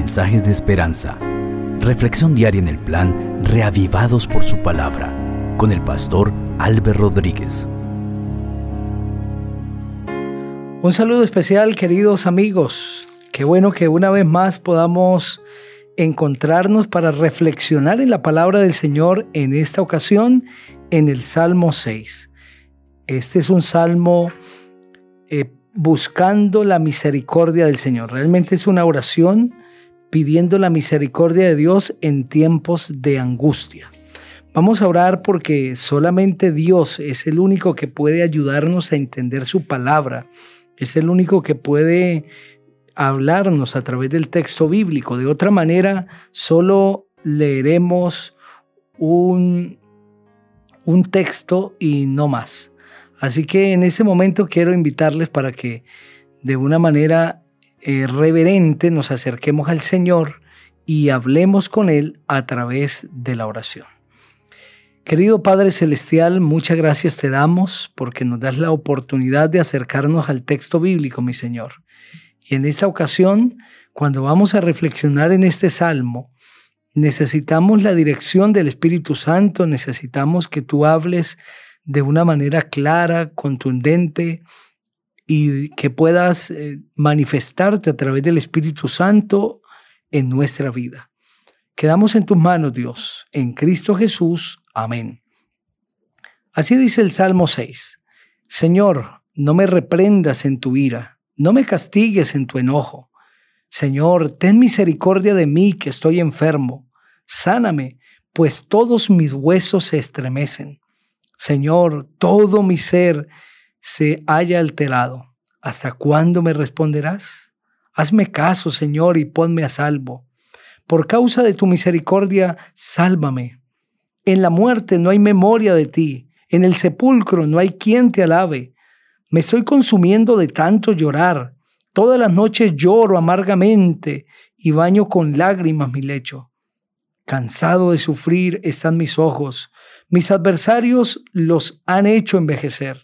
mensajes de esperanza. Reflexión diaria en el plan Reavivados por su palabra, con el pastor Álvaro Rodríguez. Un saludo especial, queridos amigos. Qué bueno que una vez más podamos encontrarnos para reflexionar en la palabra del Señor, en esta ocasión en el Salmo 6. Este es un salmo buscando la misericordia del Señor. Realmente es una oración pidiendo la misericordia de Dios en tiempos de angustia. Vamos a orar porque solamente Dios es el único que puede ayudarnos a entender su palabra. Es el único que puede hablarnos a través del texto bíblico. De otra manera, solo leeremos un texto y no más. Así que en ese momento quiero invitarles para que de una manera reverente nos acerquemos al Señor y hablemos con Él a través de la oración. Querido Padre Celestial, muchas gracias te damos porque nos das la oportunidad de acercarnos al texto bíblico, mi Señor. Y en esta ocasión, cuando vamos a reflexionar en este salmo, necesitamos la dirección del Espíritu Santo, necesitamos que tú hables de una manera clara, contundente, y que puedas manifestarte a través del Espíritu Santo en nuestra vida. Quedamos en tus manos, Dios, en Cristo Jesús. Amén. Así dice el Salmo 6. Señor, no me reprendas en tu ira, no me castigues en tu enojo. Señor, ten misericordia de mí que estoy enfermo. Sáname, pues todos mis huesos se estremecen. Señor, todo mi ser se halla alterado. ¿Hasta cuándo me responderás? Hazme caso, Señor, y ponme a salvo. Por causa de tu misericordia, sálvame. En la muerte no hay memoria de ti. En el sepulcro no hay quien te alabe. Me estoy consumiendo de tanto llorar. Todas las noches lloro amargamente y baño con lágrimas mi lecho. Cansado de sufrir están mis ojos. Mis adversarios los han hecho envejecer.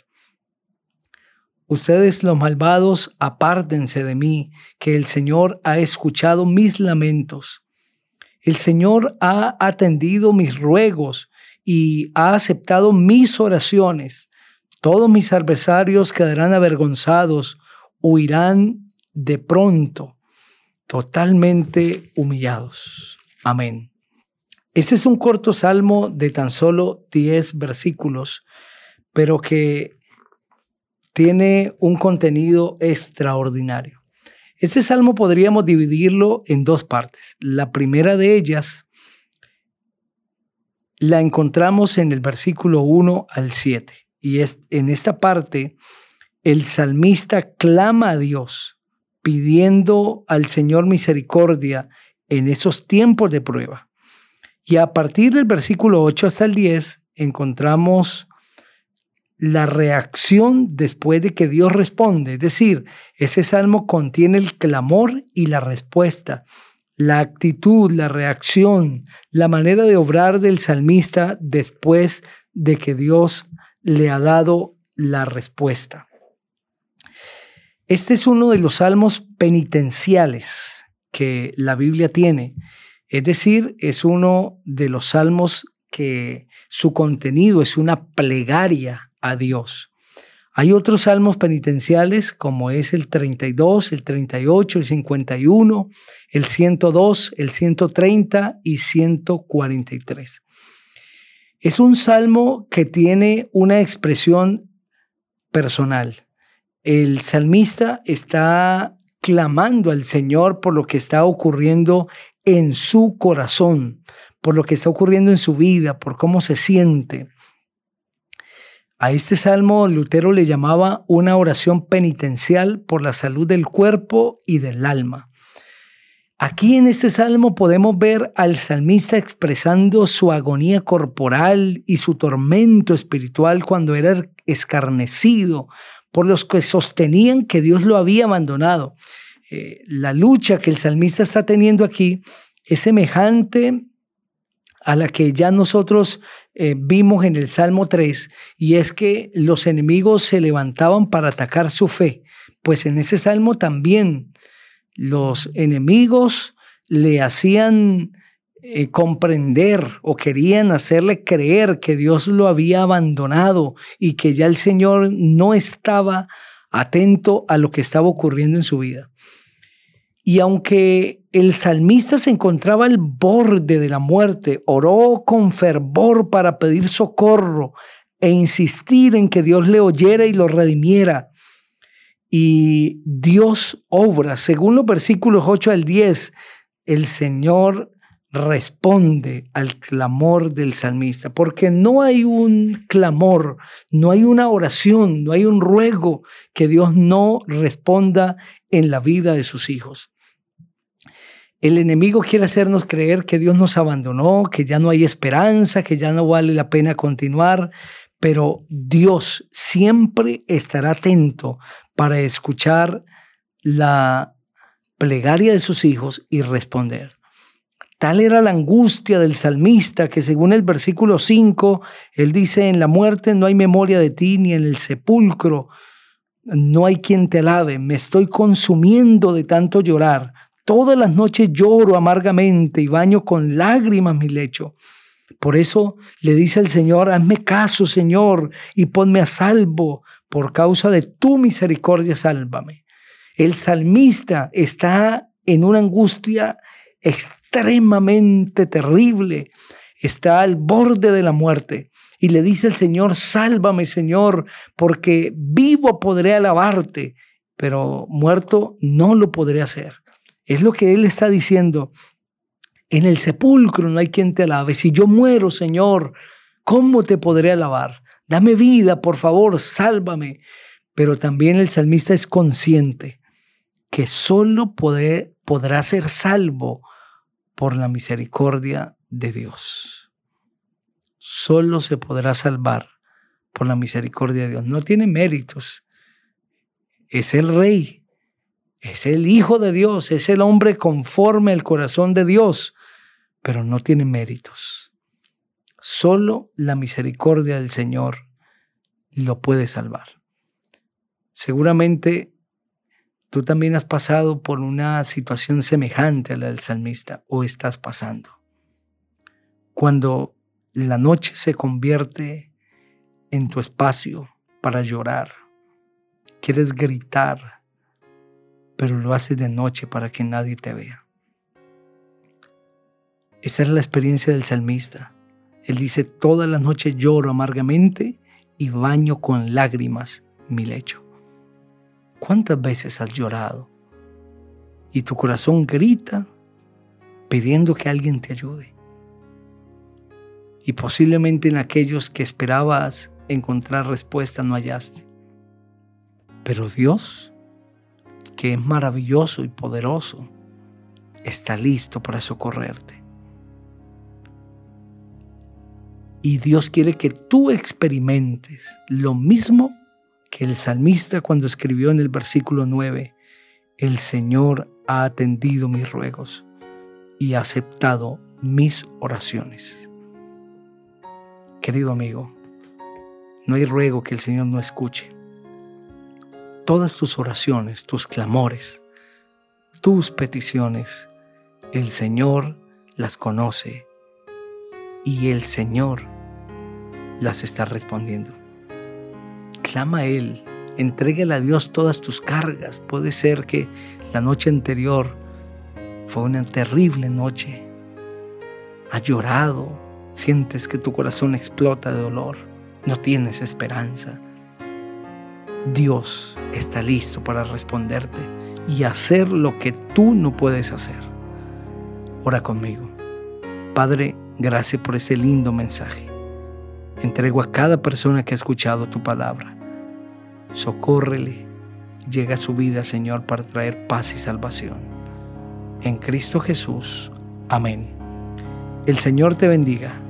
Ustedes los malvados, apártense de mí, que el Señor ha escuchado mis lamentos. El Señor ha atendido mis ruegos y ha aceptado mis oraciones. Todos mis adversarios quedarán avergonzados, huirán de pronto, totalmente humillados. Amén. Este es un corto salmo de tan solo 10 versículos, pero que tiene un contenido extraordinario. Este salmo podríamos dividirlo en dos partes. La primera de ellas la encontramos en el versículo 1 al 7. Y en esta parte el salmista clama a Dios pidiendo al Señor misericordia en esos tiempos de prueba. Y a partir del versículo 8 hasta el 10 encontramos la reacción después de que Dios responde. Es decir, ese salmo contiene el clamor y la respuesta, la actitud, la reacción, la manera de obrar del salmista después de que Dios le ha dado la respuesta. Este es uno de los salmos penitenciales que la Biblia tiene. Es decir, es uno de los salmos que su contenido es una plegaria a Dios. Hay otros salmos penitenciales como es el 32, el 38, el 51, el 102, el 130 y 143. Es un salmo que tiene una expresión personal. El salmista está clamando al Señor por lo que está ocurriendo en su corazón, por lo que está ocurriendo en su vida, por cómo se siente. A este salmo Lutero le llamaba una oración penitencial por la salud del cuerpo y del alma. Aquí en este salmo podemos ver al salmista expresando su agonía corporal y su tormento espiritual cuando era escarnecido por los que sostenían que Dios lo había abandonado. La lucha que el salmista está teniendo aquí es semejante a la que ya nosotros vimos en el Salmo 3, y es que los enemigos se levantaban para atacar su fe. Pues en ese salmo también los enemigos le hacían comprender o querían hacerle creer que Dios lo había abandonado y que ya el Señor no estaba atento a lo que estaba ocurriendo en su vida. Y aunque el salmista se encontraba al borde de la muerte, oró con fervor para pedir socorro e insistir en que Dios le oyera y lo redimiera. Y Dios obra. Según los versículos 8 al 10, el Señor responde al clamor del salmista, porque no hay un clamor, no hay una oración, no hay un ruego que Dios no responda en la vida de sus hijos. El enemigo quiere hacernos creer que Dios nos abandonó, que ya no hay esperanza, que ya no vale la pena continuar, pero Dios siempre estará atento para escuchar la plegaria de sus hijos y responder. Tal era la angustia del salmista que según el versículo 5, él dice: en la muerte no hay memoria de ti, ni en el sepulcro no hay quien te alabe. Me estoy consumiendo de tanto llorar. Todas las noches lloro amargamente y baño con lágrimas mi lecho. Por eso le dice al Señor: hazme caso, Señor, y ponme a salvo. Por causa de tu misericordia, sálvame. El salmista está en una angustia extremadamente terrible. Está al borde de la muerte y le dice al Señor: sálvame, Señor, porque vivo podré alabarte, pero muerto no lo podré hacer. Es lo que él está diciendo. En el sepulcro no hay quien te alabe. Si yo muero, Señor, ¿cómo te podré alabar? Dame vida, por favor, sálvame. Pero también el salmista es consciente que solo podrá ser salvo por la misericordia de Dios. Solo se podrá salvar por la misericordia de Dios. No tiene méritos. Es el Rey, es el Hijo de Dios, es el hombre conforme al corazón de Dios, pero no tiene méritos. Solo la misericordia del Señor lo puede salvar. Seguramente tú también has pasado por una situación semejante a la del salmista, o estás pasando. Cuando la noche se convierte en tu espacio para llorar, quieres gritar, pero lo haces de noche para que nadie te vea. Esa es la experiencia del salmista. Él dice: toda la noche lloro amargamente y baño con lágrimas mi lecho. ¿Cuántas veces has llorado y tu corazón grita pidiendo que alguien te ayude? Y posiblemente en aquellos que esperabas encontrar respuesta no hallaste. Pero Dios, que es maravilloso y poderoso, está listo para socorrerte. Y Dios quiere que tú experimentes lo mismo que el salmista cuando escribió en el versículo 9: el Señor ha atendido mis ruegos y ha aceptado mis oraciones. Querido amigo, no hay ruego que el Señor no escuche. Todas tus oraciones, tus clamores, tus peticiones, el Señor las conoce y el Señor las está respondiendo. Clama a Él, entrégale a Dios todas tus cargas. Puede ser que la noche anterior fue una terrible noche. Has llorado, sientes que tu corazón explota de dolor, no tienes esperanza. Dios está listo para responderte y hacer lo que tú no puedes hacer. Ora conmigo. Padre, gracias por ese lindo mensaje. Entrego a cada persona que ha escuchado tu palabra. Socórrele, llega a su vida, Señor, para traer paz y salvación. En Cristo Jesús. Amén. El Señor te bendiga.